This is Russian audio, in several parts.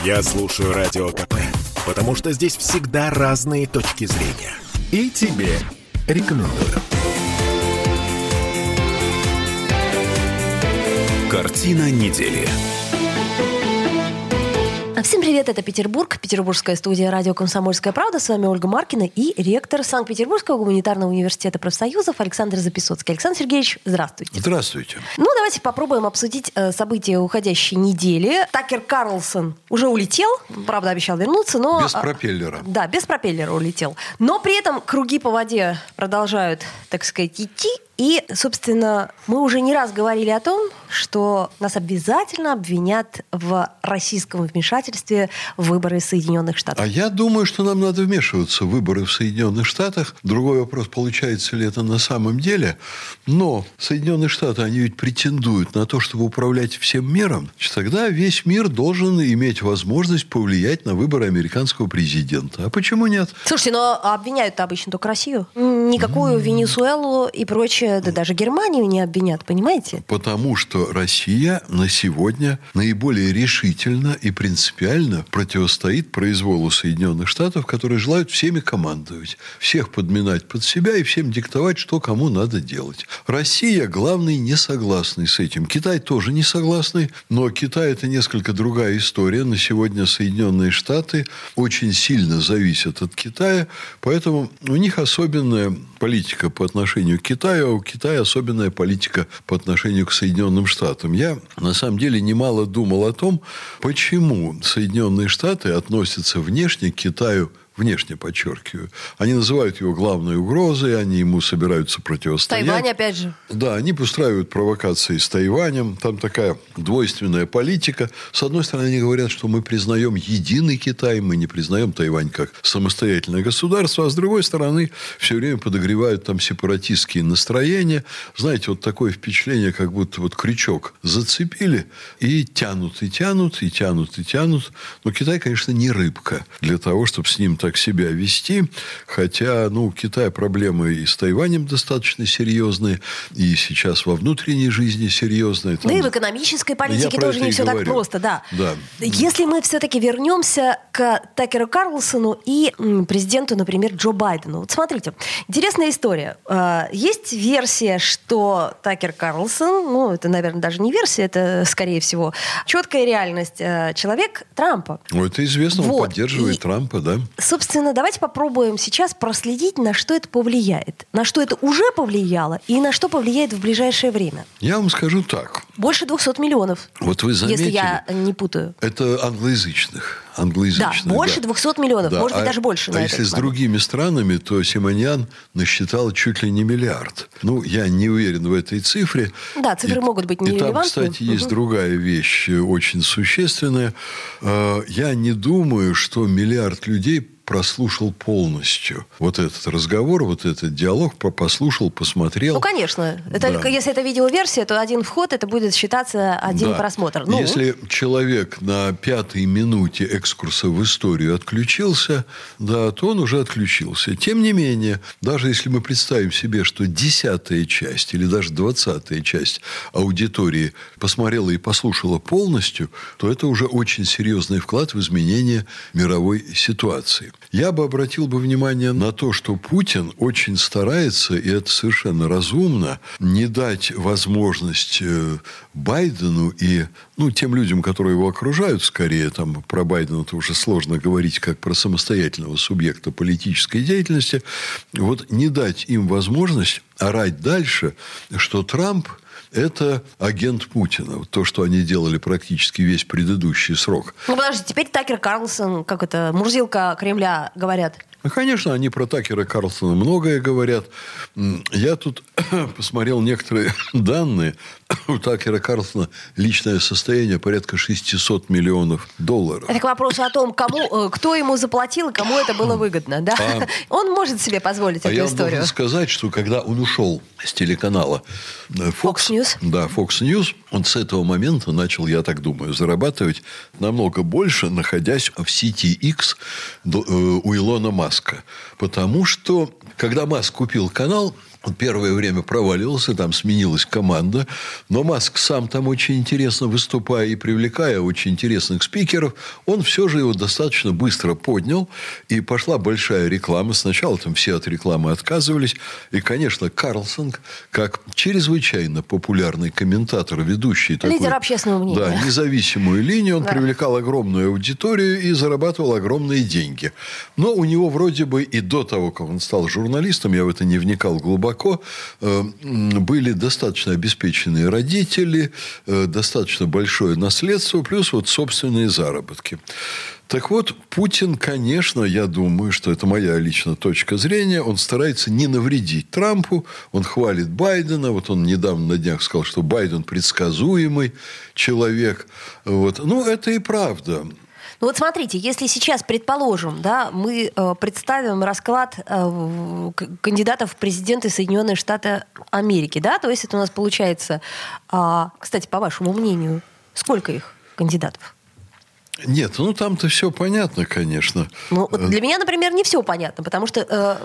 Я слушаю Радио КП, потому что здесь всегда разные точки зрения. И тебе рекомендую. Картина недели. Всем привет, это Петербург, петербургская студия радио «Комсомольская правда». С вами Ольга Маркина и ректор Санкт-Петербургского гуманитарного университета профсоюзов Александр Записоцкий. Александр Сергеевич, здравствуйте. Здравствуйте. Давайте попробуем обсудить события уходящей недели. Такер Карлсон уже улетел, правда, обещал вернуться, но... Без пропеллера. Да, без пропеллера улетел. Но при этом круги по воде продолжают, так сказать, идти. И, собственно, мы уже не раз говорили о том, что нас обязательно обвинят в российском вмешательстве в выборы Соединенных Штатов. А я думаю, что нам надо вмешиваться в выборы в Соединенных Штатах. Другой вопрос, получается ли это на самом деле. Но Соединенные Штаты, они ведь претендуют на то, чтобы управлять всем миром. Тогда весь мир должен иметь возможность повлиять на выборы американского президента. А почему нет? Слушайте, но обвиняют-то обычно только Россию. Никакую Венесуэлу и прочее, да даже Германию не обвинят, понимаете? Потому что Россия на сегодня наиболее решительно и принципиально противостоит произволу Соединенных Штатов, которые желают всеми командовать, всех подминать под себя и всем диктовать, что кому надо делать. Россия главный не согласный с этим. Китай тоже не согласный, но Китай – это несколько другая история. На сегодня Соединенные Штаты очень сильно зависят от Китая, поэтому у них особенная политика по отношению к Китаю, а у Китая особенная политика по отношению к Соединенным Штатам. Я, на самом деле, немало думал о том, почему Соединенные Штаты относятся внешне к Китаю, внешне, подчеркиваю. Они называют его главной угрозой, они ему собираются противостоять. Тайвань, опять же. Да, они устраивают провокации с Тайванем. Там такая двойственная политика. С одной стороны, они говорят, что мы признаем единый Китай, мы не признаем Тайвань как самостоятельное государство, а с другой стороны, все время подогревают там сепаратистские настроения. Знаете, вот такое впечатление, как будто вот крючок зацепили и тянут, и тянут, и тянут, и тянут. Но Китай, конечно, не рыбка для того, чтобы с ним так себя вести. Хотя, у Китая проблемы и с Тайванем достаточно серьезные, и сейчас во внутренней жизни серьезные. Там... Да и в экономической политике тоже не все так просто, да. Если мы все-таки вернемся к Такеру Карлсону и президенту, например, Джо Байдену. Вот смотрите, интересная история. Есть версия, что Такер Карлсон, это, наверное, даже не версия, это, скорее всего, четкая реальность. Человек Трампа. Это известно, он поддерживает Трампа, да. Собственно, давайте попробуем сейчас проследить, на что это повлияет. На что это уже повлияло и на что повлияет в ближайшее время. Я вам скажу так. Больше 200 миллионов. Вот вы заметили. Если я не путаю. Это англоязычных. Да, больше 200 миллионов. Да. Может быть, даже больше. А если с другими странами, то Симоньян насчитал чуть ли не миллиард. Я не уверен в этой цифре. Да, цифры могут быть нерелевантны. И там, кстати, есть другая вещь очень существенная. Я не думаю, что миллиард людей прослушал полностью вот этот разговор, вот этот диалог, послушал, посмотрел. Конечно. Если это видеоверсия, то один вход, это будет считаться один просмотр. Если человек на 5-й минуте экскурса в историю отключился, то он уже отключился. Тем не менее, даже если мы представим себе, что 10-я часть или даже 20-я часть аудитории посмотрела и послушала полностью, то это уже очень серьезный вклад в изменение мировой ситуации. Я бы обратил внимание на то, что Путин очень старается, и это совершенно разумно, не дать возможность Байдену и тем людям, которые его окружают, скорее, про Байдена-то уже сложно говорить как про самостоятельного субъекта политической деятельности, не дать им возможность орать дальше, что Трамп – это агент Путина. То, что они делали практически весь предыдущий срок. Подожди, теперь Такер Карлсон, Мурзилка Кремля, говорят. Конечно, они про Такера Карлсона многое говорят. Я тут посмотрел некоторые данные. У Такера Карлсона личное состояние порядка $600 миллионов. Это к вопросу о том, кто ему заплатил и кому это было выгодно. Да? Он может себе позволить эту историю. Я должен сказать, что когда он ушел с телеканала Fox News. Да, Fox News, он с этого момента начал, я так думаю, зарабатывать намного больше, находясь в сети X у Илона Маска. Потому что, когда Маск купил канал, Первое время проваливался, там сменилась команда. Но Маск сам там очень интересно выступая и привлекая очень интересных спикеров, он все же его достаточно быстро поднял. И пошла большая реклама. Сначала там все от рекламы отказывались. И, конечно, Карлсон, как чрезвычайно популярный комментатор, ведущий... Лидер общественного мнения. Да, независимую линию. Он привлекал огромную аудиторию и зарабатывал огромные деньги. Но у него вроде бы и до того, как он стал журналистом, я в это не вникал глубоко, были достаточно обеспеченные родители, достаточно большое наследство, плюс вот собственные заработки. Так вот, Путин, конечно, я думаю, что это моя личная точка зрения, он старается не навредить Трампу, он хвалит Байдена, вот он недавно на днях сказал, что Байден предсказуемый человек. Вот. Ну, это и правда. Ну вот смотрите, если сейчас, предположим, да, мы представим расклад кандидатов в президенты Соединенных Штатов Америки, да, то есть это у нас получается, кстати, по вашему мнению, сколько их кандидатов? Нет, ну там-то все понятно, конечно. Ну, для меня, например, не все понятно, потому что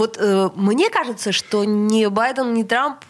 мне кажется, что ни Байден, ни Трамп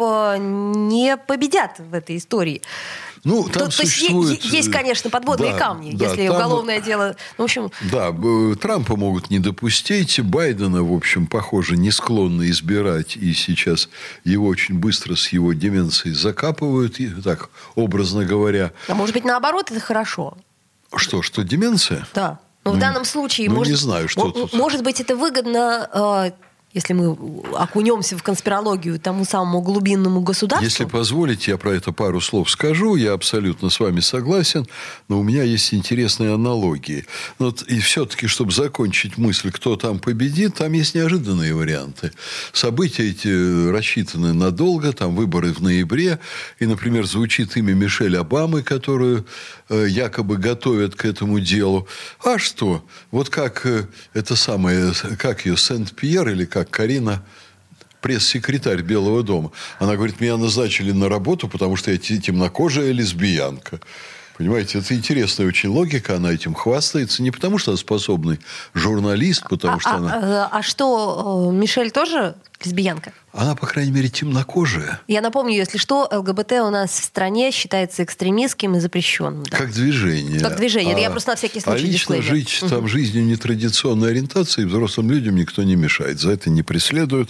не победят в этой истории. Ну, там существует... есть, конечно, подводные камни, если там уголовное дело... Ну, в общем... Да, Трампа могут не допустить. Байдена, в общем, похоже, не склонны избирать. И сейчас его очень быстро с его деменцией закапывают, так, образно говоря. А может быть, наоборот, это хорошо? Что деменция? Да. Но в данном случае... не знаю, что тут. Может быть, это выгодно... Если мы окунемся в конспирологию тому самому глубинному государству. Если позволите, я про это пару слов скажу. Я абсолютно с вами согласен. Но у меня есть интересные аналогии. Вот, и все-таки, чтобы закончить мысль, кто там победит, там есть неожиданные варианты. События эти рассчитаны надолго. Там выборы в ноябре. И, например, звучит имя Мишель Обамы, которую якобы готовят к этому делу. А что? Вот как это самое, как ее, Сент-Пьер или как Карина, пресс-секретарь Белого дома. Она говорит, меня назначили на работу, потому что я темнокожая лесбиянка. Понимаете, это интересная очень логика, она этим хвастается. Не потому, что она способный журналист, потому что она... А что, Мишель тоже лесбиянка? Она, по крайней мере, темнокожая. Я напомню, если что, ЛГБТ у нас в стране считается экстремистским и запрещенным. Да? Как движение. Как движение. Я просто на всякий случай лично жить там жизнью нетрадиционной ориентации взрослым людям никто не мешает. За это не преследуют.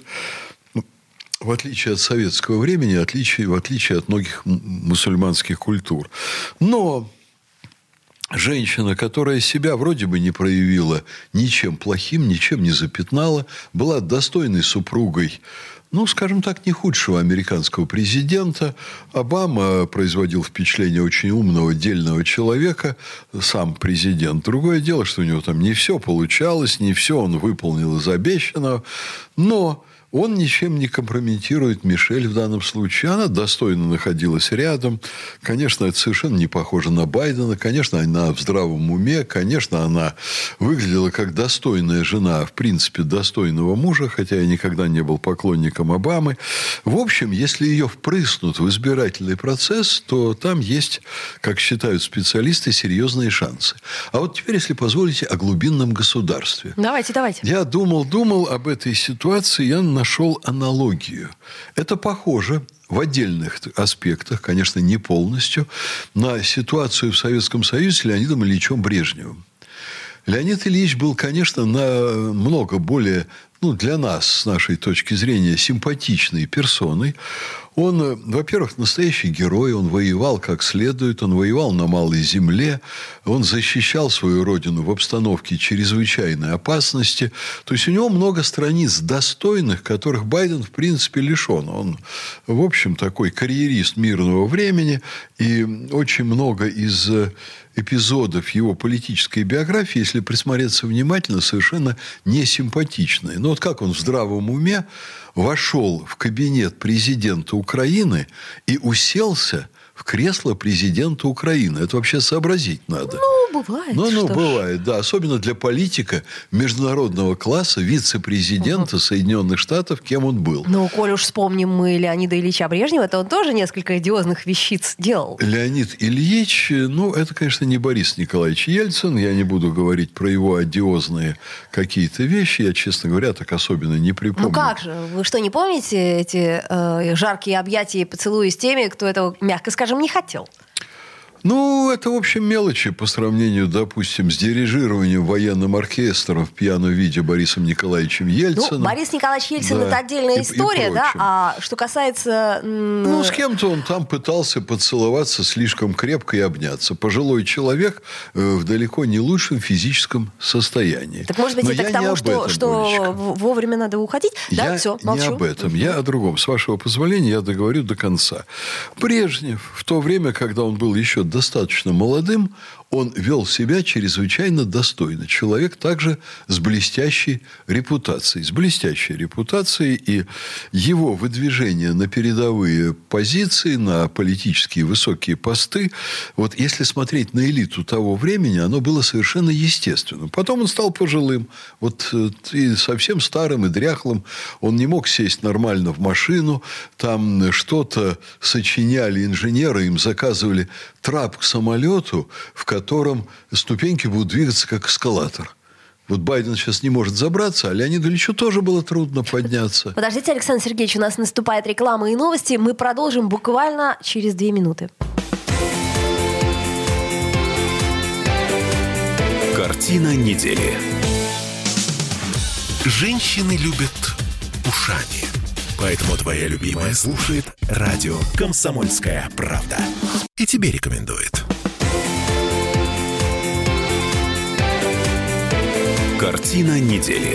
В отличие от советского времени, в отличие от многих мусульманских культур. Но женщина, которая себя вроде бы не проявила ничем плохим, ничем не запятнала, была достойной супругой, ну, скажем так, не худшего американского президента. Обама производил впечатление очень умного, дельного человека, сам президент. Другое дело, что у него там не все получалось, не все он выполнил из обещанного, но... Он ничем не компрометирует Мишель в данном случае. Она достойно находилась рядом. Конечно, это совершенно не похоже на Байдена. Конечно, она в здравом уме. Конечно, она выглядела как достойная жена, в принципе, достойного мужа, хотя я никогда не был поклонником Обамы. В общем, если ее впрыснут в избирательный процесс, то там есть, как считают специалисты, серьезные шансы. А вот теперь, если позволите, о глубинном государстве. Давайте. Я думал об этой ситуации, я нашел аналогию. Это похоже в отдельных аспектах, конечно, не полностью, на ситуацию в Советском Союзе с Леонидом Ильичем Брежневым. Леонид Ильич был, конечно, намного более, для нас, с нашей точки зрения, симпатичной персоной. Он, во-первых, настоящий герой, он воевал как следует, он воевал на малой земле, он защищал свою родину в обстановке чрезвычайной опасности. То есть у него много страниц достойных, которых Байден, в принципе, лишен. Он, в общем, такой карьерист мирного времени, и очень много из эпизодов его политической биографии, если присмотреться внимательно, совершенно несимпатичные. Но вот как он в здравом уме вошел в кабинет президента Украины и уселся в кресло президента Украины. Это вообще сообразить надо. Бывает. Бывает, да. Особенно для политика международного класса, вице-президента Соединенных Штатов, кем он был. Коль уж вспомним мы Леонида Ильича Брежнева, то он тоже несколько одиозных вещиц делал. Леонид Ильич, это, конечно, не Борис Николаевич Ельцин. Я не буду говорить про его одиозные какие-то вещи. Я, честно говоря, так особенно не припомню. Как же? Вы что, не помните эти жаркие объятия и поцелуи с теми, кто этого, мягко скажем, не хотел? Это, в общем, мелочи по сравнению, допустим, с дирижированием военным оркестром в пьяном виде Борисом Николаевичем Ельциным. Борис Николаевич Ельцин – это отдельная история, да? А что касается... с кем-то он там пытался поцеловаться слишком крепко и обняться. Пожилой человек в далеко не лучшем физическом состоянии. Так, может быть, это к тому, что вовремя надо уходить? Да, все, молчу. Не об этом. Я о другом. С вашего позволения, я договорю до конца. Брежнев, в то время, когда он был еще достаточно молодым, он вел себя чрезвычайно достойно. Человек также с блестящей репутацией. И его выдвижение на передовые позиции, на политические высокие посты, если смотреть на элиту того времени, оно было совершенно естественным. Потом он стал пожилым. И совсем старым и дряхлым. Он не мог сесть нормально в машину. Там что-то сочиняли инженеры, им заказывали трап к самолету, в котором ступеньки будут двигаться как эскалатор. Байден сейчас не может забраться, а Леониду Ильичу тоже было трудно подняться. Подождите, Александр Сергеевич, у нас наступает реклама и новости. Мы продолжим буквально через 2 минуты. Картина недели. Женщины любят ушами. Поэтому твоя любимая слушает радио «Комсомольская правда». И тебе рекомендует. Картина недели.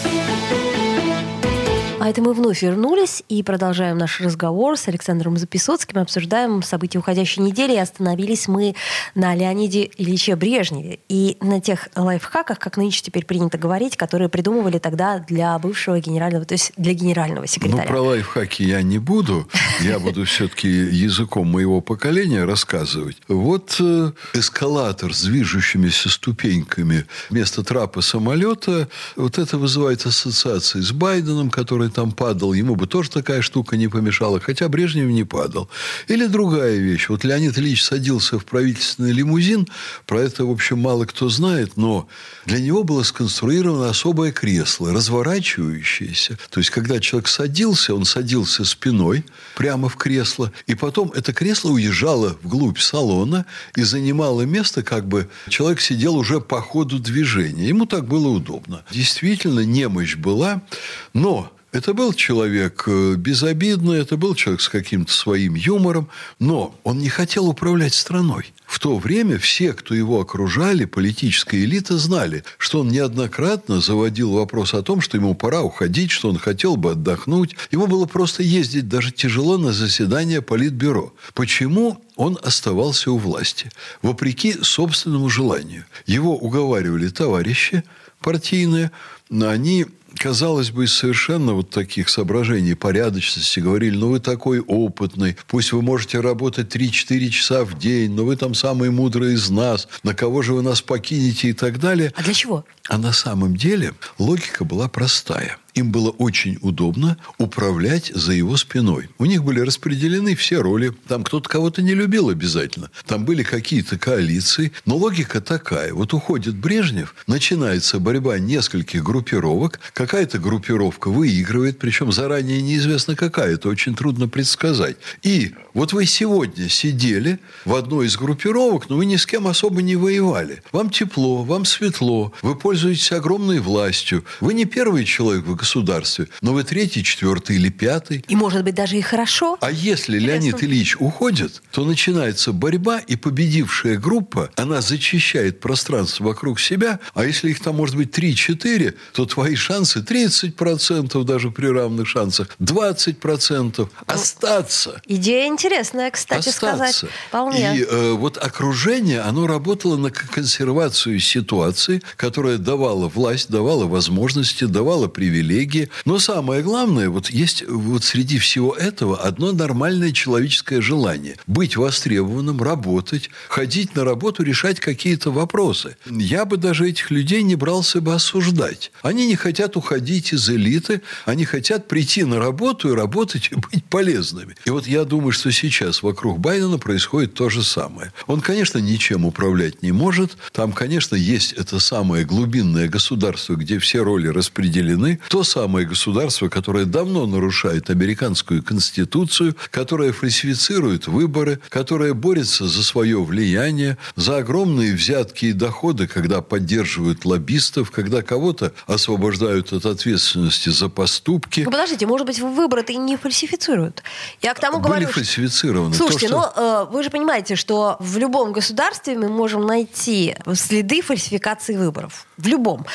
А это мы вновь вернулись и продолжаем наш разговор с Александром Записоцким. Обсуждаем события уходящей недели. И остановились мы на Леониде Ильиче Брежневе. И на тех лайфхаках, как нынче теперь принято говорить, которые придумывали тогда для бывшего генерального, то есть для генерального секретаря. Про лайфхаки я не буду. Я буду все-таки языком моего поколения рассказывать. Эскалатор с движущимися ступеньками вместо трапа самолета, это вызывает ассоциации с Байденом, который там падал, ему бы тоже такая штука не помешала, хотя Брежнев не падал. Или другая вещь. Леонид Ильич садился в правительственный лимузин, про это, в общем, мало кто знает, но для него было сконструировано особое кресло, разворачивающееся. То есть, когда человек садился, он садился спиной прямо в кресло, и потом это кресло уезжало вглубь салона и занимало место, как бы человек сидел уже по ходу движения. Ему так было удобно. Действительно, немощь была, но это был человек безобидный, это был человек с каким-то своим юмором, но он не хотел управлять страной. В то время все, кто его окружали, политическая элита, знали, что он неоднократно заводил вопрос о том, что ему пора уходить, что он хотел бы отдохнуть. Ему было просто ездить даже тяжело на заседания Политбюро. Почему он оставался у власти? Вопреки собственному желанию. Его уговаривали товарищи партийные, но они, казалось бы, из совершенно таких соображений порядочности говорили: вы такой опытный, пусть вы можете работать 3-4 часа в день, но вы там самый мудрый из нас, на кого же вы нас покинете и так далее. А для чего? А на самом деле логика была простая. Им было очень удобно управлять за его спиной. У них были распределены все роли. Там кто-то кого-то не любил обязательно. Там были какие-то коалиции. Но логика такая. Уходит Брежнев, начинается борьба нескольких группировок. Какая-то группировка выигрывает, причем заранее неизвестно какая. Это очень трудно предсказать. И вы сегодня сидели в одной из группировок, но вы ни с кем особо не воевали. Вам тепло, вам светло, вы пользуетесь огромной властью. Вы не первый человек в государстве, но вы 3-й, 4-й или 5-й. И, может быть, даже и хорошо. А если Леонид Ильич уходит, то начинается борьба, и победившая группа, она зачищает пространство вокруг себя, а если их там может быть 3-4, то твои шансы 30%, даже при равных шансах, 20% остаться. Идея интересная, кстати, сказать. Вполне. И окружение, оно работало на консервацию ситуации, которая давала власть, давала возможности, давала привилегии. привилегии. Но самое главное, вот есть вот среди всего этого одно нормальное человеческое желание. Быть востребованным, работать, ходить на работу, решать какие-то вопросы. Я бы даже этих людей не брался бы осуждать. Они не хотят уходить из элиты, они хотят прийти на работу и работать, и быть полезными. И вот я думаю, что сейчас вокруг Байдена происходит то же самое. Он, конечно, ничем управлять не может. Там, конечно, есть это самое глубинное государство, где все роли распределены. То самое государство, которое давно нарушает американскую конституцию, которое фальсифицирует выборы, которое борется за свое влияние, за огромные взятки и доходы, когда поддерживают лоббистов, когда кого-то освобождают от ответственности за поступки. Ну, подождите, может быть, выборы-то и не фальсифицируют. Я к тому говорю... Были фальсифицированы. Слушайте, но вы же понимаете, что в любом государстве мы можем найти следы фальсификации выборов. В любом.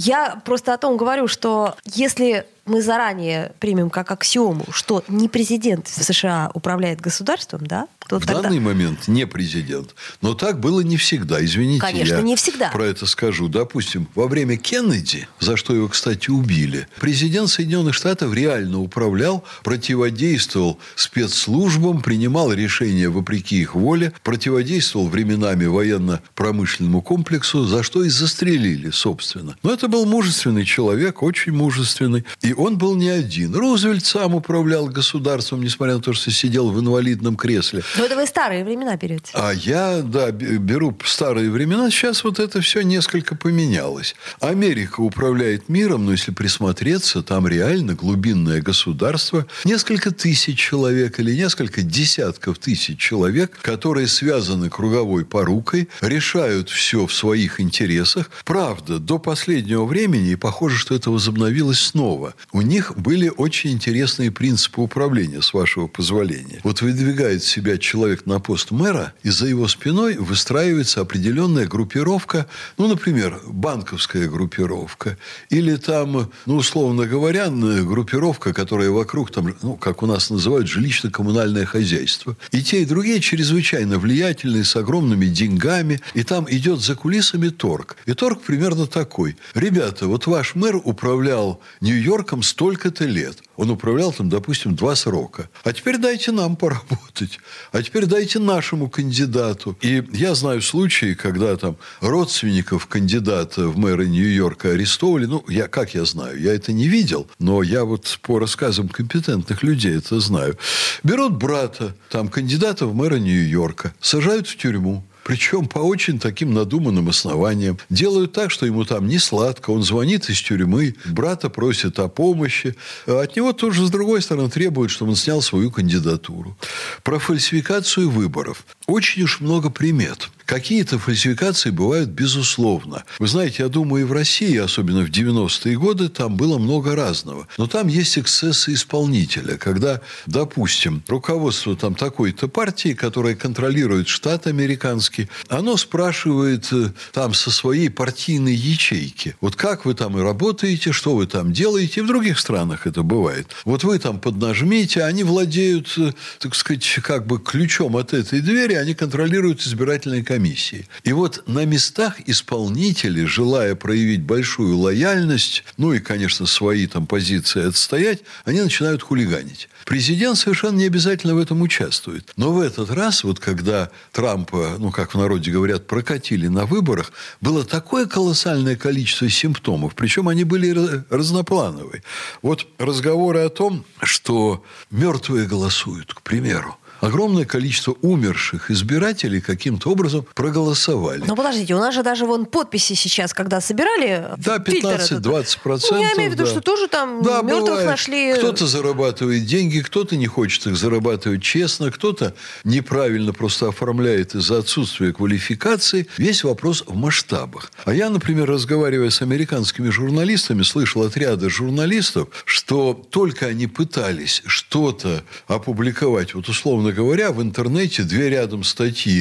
Я просто о том говорю, что если мы заранее примем как аксиому, что не президент в США управляет государством, да? В данный момент не президент. Но так было не всегда. Извините, конечно, я не всегда. Про это скажу. Допустим, во время Кеннеди, за что его, кстати, убили, президент Соединенных Штатов реально управлял, противодействовал спецслужбам, принимал решения вопреки их воле, противодействовал временами военно-промышленному комплексу, за что и застрелили, собственно. Но это был мужественный человек, очень мужественный. И он был не один. Рузвельт сам управлял государством, несмотря на то, что сидел в инвалидном кресле. Но это вы старые времена берете. А я, да, беру старые времена. Сейчас вот это все несколько поменялось. Америка управляет миром, но если присмотреться, там реально глубинное государство. Несколько тысяч человек или несколько десятков тысяч человек, которые связаны круговой порукой, решают все в своих интересах. Правда, до последнего времени, и похоже, что это возобновилось снова, у них были очень интересные принципы управления, с вашего позволения. Вот выдвигает себя человек на пост мэра, и за его спиной выстраивается определенная группировка, ну, например, банковская группировка, или там, ну, условно говоря, группировка, которая вокруг, там, ну, как у нас называют, жилищно-коммунальное хозяйство. И те, и другие чрезвычайно влиятельные, с огромными деньгами, и там идет за кулисами торг. И торг примерно такой. Ребята, вот ваш мэр управлял Нью-Йорком столько-то лет. Он управлял там, допустим, 2 срока. А теперь дайте нам поработать. А теперь дайте нашему кандидату. И я знаю случаи, когда там родственников кандидата в мэра Нью-Йорка арестовали. Ну, как я знаю? Я это не видел, но я вот по рассказам компетентных людей это знаю. Берут брата, там, кандидата в мэра Нью-Йорка, сажают в тюрьму. Причем по очень таким надуманным основаниям. Делают так, что ему там не сладко. Он звонит из тюрьмы, брата просит о помощи. От него тоже, с другой стороны, требуют, чтобы он снял свою кандидатуру. Про фальсификацию выборов. Очень уж много примет. Какие-то фальсификации бывают безусловно. Вы знаете, я думаю, и в России, особенно в 90-е годы, там было много разного. Но там есть эксцессы исполнителя. Когда, допустим, руководство там такой-то партии, которая контролирует штат американский, оно спрашивает там со своей партийной ячейки. Вот как вы там и работаете, что вы там делаете. И в других странах это бывает. Вот вы там поднажмите, они владеют, так сказать, как бы ключом от этой двери, они контролируют избирательные комиссии. И вот на местах исполнители, желая проявить большую лояльность, ну и, конечно, свои там позиции отстоять, они начинают хулиганить. Президент совершенно не обязательно в этом участвует. Но в этот раз, вот когда Трампа, ну, как в народе говорят, прокатили на выборах, было такое колоссальное количество симптомов, причем они были разноплановые. Вот разговоры о том, что мертвые голосуют, к примеру. Огромное количество умерших избирателей каким-то образом проголосовали. Но подождите, у нас же даже вон подписи сейчас, когда собирали... Да, 15-20%. Ну, я имею в виду, что тоже там мертвых бывает. Нашли... Кто-то зарабатывает деньги, кто-то не хочет их зарабатывать честно, кто-то неправильно просто оформляет из-за отсутствия квалификации. Весь вопрос в масштабах. А я, например, разговаривая с американскими журналистами, слышал от ряда журналистов, что только они пытались что-то опубликовать, вот условно говоря, в интернете 2 рядом статьи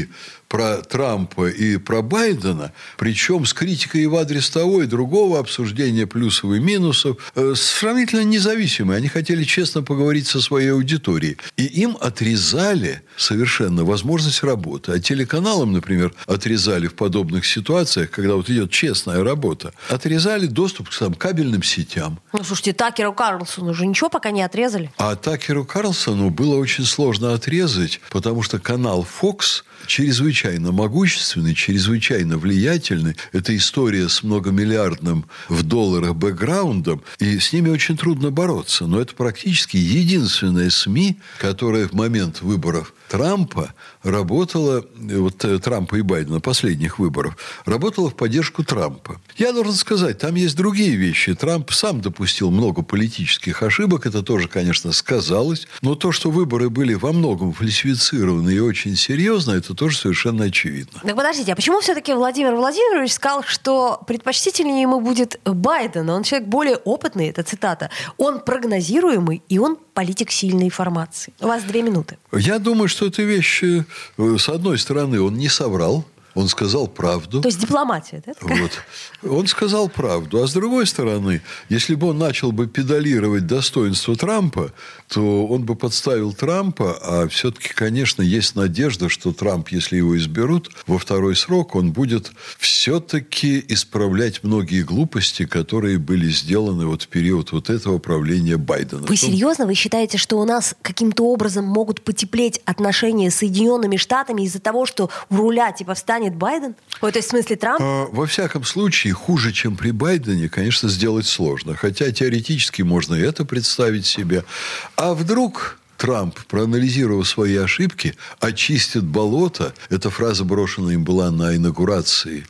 про Трампа и про Байдена, причем с критикой и в адрес того и другого, обсуждения плюсов и минусов, сравнительно независимые. Они хотели честно поговорить со своей аудиторией. И им отрезали совершенно возможность работы. А телеканалам, например, отрезали в подобных ситуациях, когда вот идет честная работа, отрезали доступ к кабельным сетям. Ну, слушайте, Такеру Карлсону же ничего пока не отрезали. А Такеру Карлсону было очень сложно отрезать, потому что канал Fox чрезвычайно могущественный, чрезвычайно влиятельный. Это история с многомиллиардным в долларах бэкграундом, и с ними очень трудно бороться. Но это практически единственная СМИ, которая в момент выборов Трампа работала, вот Трампа и Байдена, последних выборов, работала в поддержку Трампа. Я должен сказать, там есть другие вещи. Трамп сам допустил много политических ошибок, это тоже, конечно, сказалось. Но то, что выборы были во многом фальсифицированы и очень серьезно, это тоже совершенно очевидно. Так подождите, а почему все-таки Владимир Владимирович сказал, что предпочтительнее ему будет Байден? Он человек более опытный, это цитата. Он прогнозируемый, и он политик сильной формации. У вас 2 минуты. Я думаю, что эта вещь, с одной стороны, он не соврал. Он сказал правду. То есть дипломатия, да? Вот. Он сказал правду. А с другой стороны, если бы он начал бы педалировать достоинство Трампа, то он бы подставил Трампа. А все-таки, конечно, есть надежда, что Трамп, если его изберут во второй срок, он будет все-таки исправлять многие глупости, которые были сделаны вот в период вот этого правления Байдена. Вы серьезно? Вы считаете, что у нас каким-то образом могут потеплеть отношения с Соединенными Штатами из-за того, что у руля типа встанет Байден? Ой, то есть в смысле Трамп? Во всяком случае, хуже, чем при Байдене, конечно, сделать сложно. Хотя теоретически можно и это представить себе. А вдруг Трамп, проанализировав свои ошибки, очистит болото. Эта фраза брошена им была на инаугурации,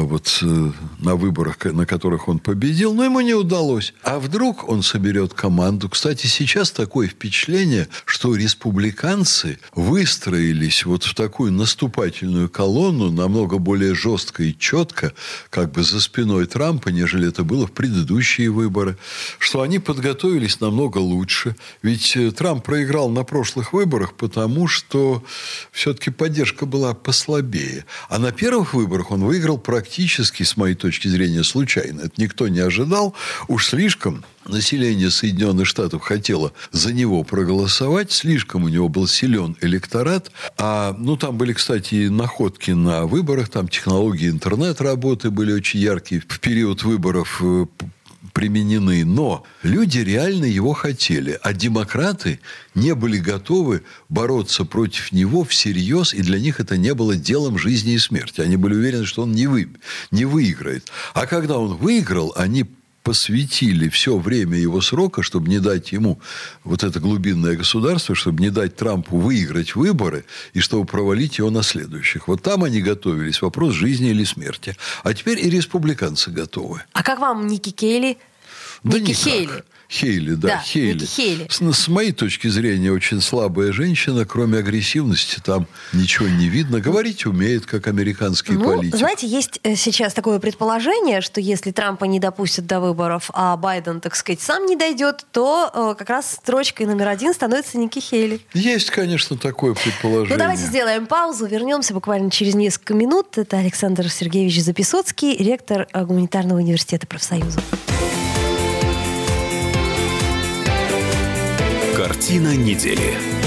на выборах, на которых он победил, но ему не удалось. А вдруг он соберет команду? Кстати, сейчас такое впечатление, что республиканцы выстроились вот в такую наступательную колонну, намного более жестко и четко, как бы за спиной Трампа, нежели это было в предыдущие выборы, что они подготовились намного лучше. Ведь Трамп проиграл на прошлых выборах, потому что все-таки поддержка была послабее. А на первых выборах он выиграл практически, с моей точки зрения, случайно. Это никто не ожидал. Уж слишком население Соединенных Штатов хотело за него проголосовать. Слишком у него был силен электорат. Там были, кстати, находки на выборах. Там технологии интернет-работы были очень яркие. В период выборов применены, но люди реально его хотели, а демократы не были готовы бороться против него всерьез, и для них это не было делом жизни и смерти. Они были уверены, что он не выиграет. А когда он выиграл, они посвятили все время его срока, чтобы не дать ему вот это глубинное государство, чтобы не дать Трампу выиграть выборы и чтобы провалить его на следующих. Вот там они готовились. Вопрос жизни или смерти. А теперь и республиканцы готовы. А как вам Ники Хейли? Да Ники Хейли. Хейли, да, Хейли. Хейли. С моей точки зрения, очень слабая женщина. Кроме агрессивности там ничего не видно. Говорить умеет, как американский политик. Знаете, есть сейчас такое предположение, что если Трампа не допустят до выборов, а Байден, так сказать, сам не дойдет, то как раз строчкой номер 1 становится Ники Хейли. Есть, конечно, такое предположение. Ну, давайте сделаем паузу, вернемся буквально через несколько минут. Это Александр Сергеевич Записоцкий, ректор Гуманитарного университета профсоюзов. Картина недели.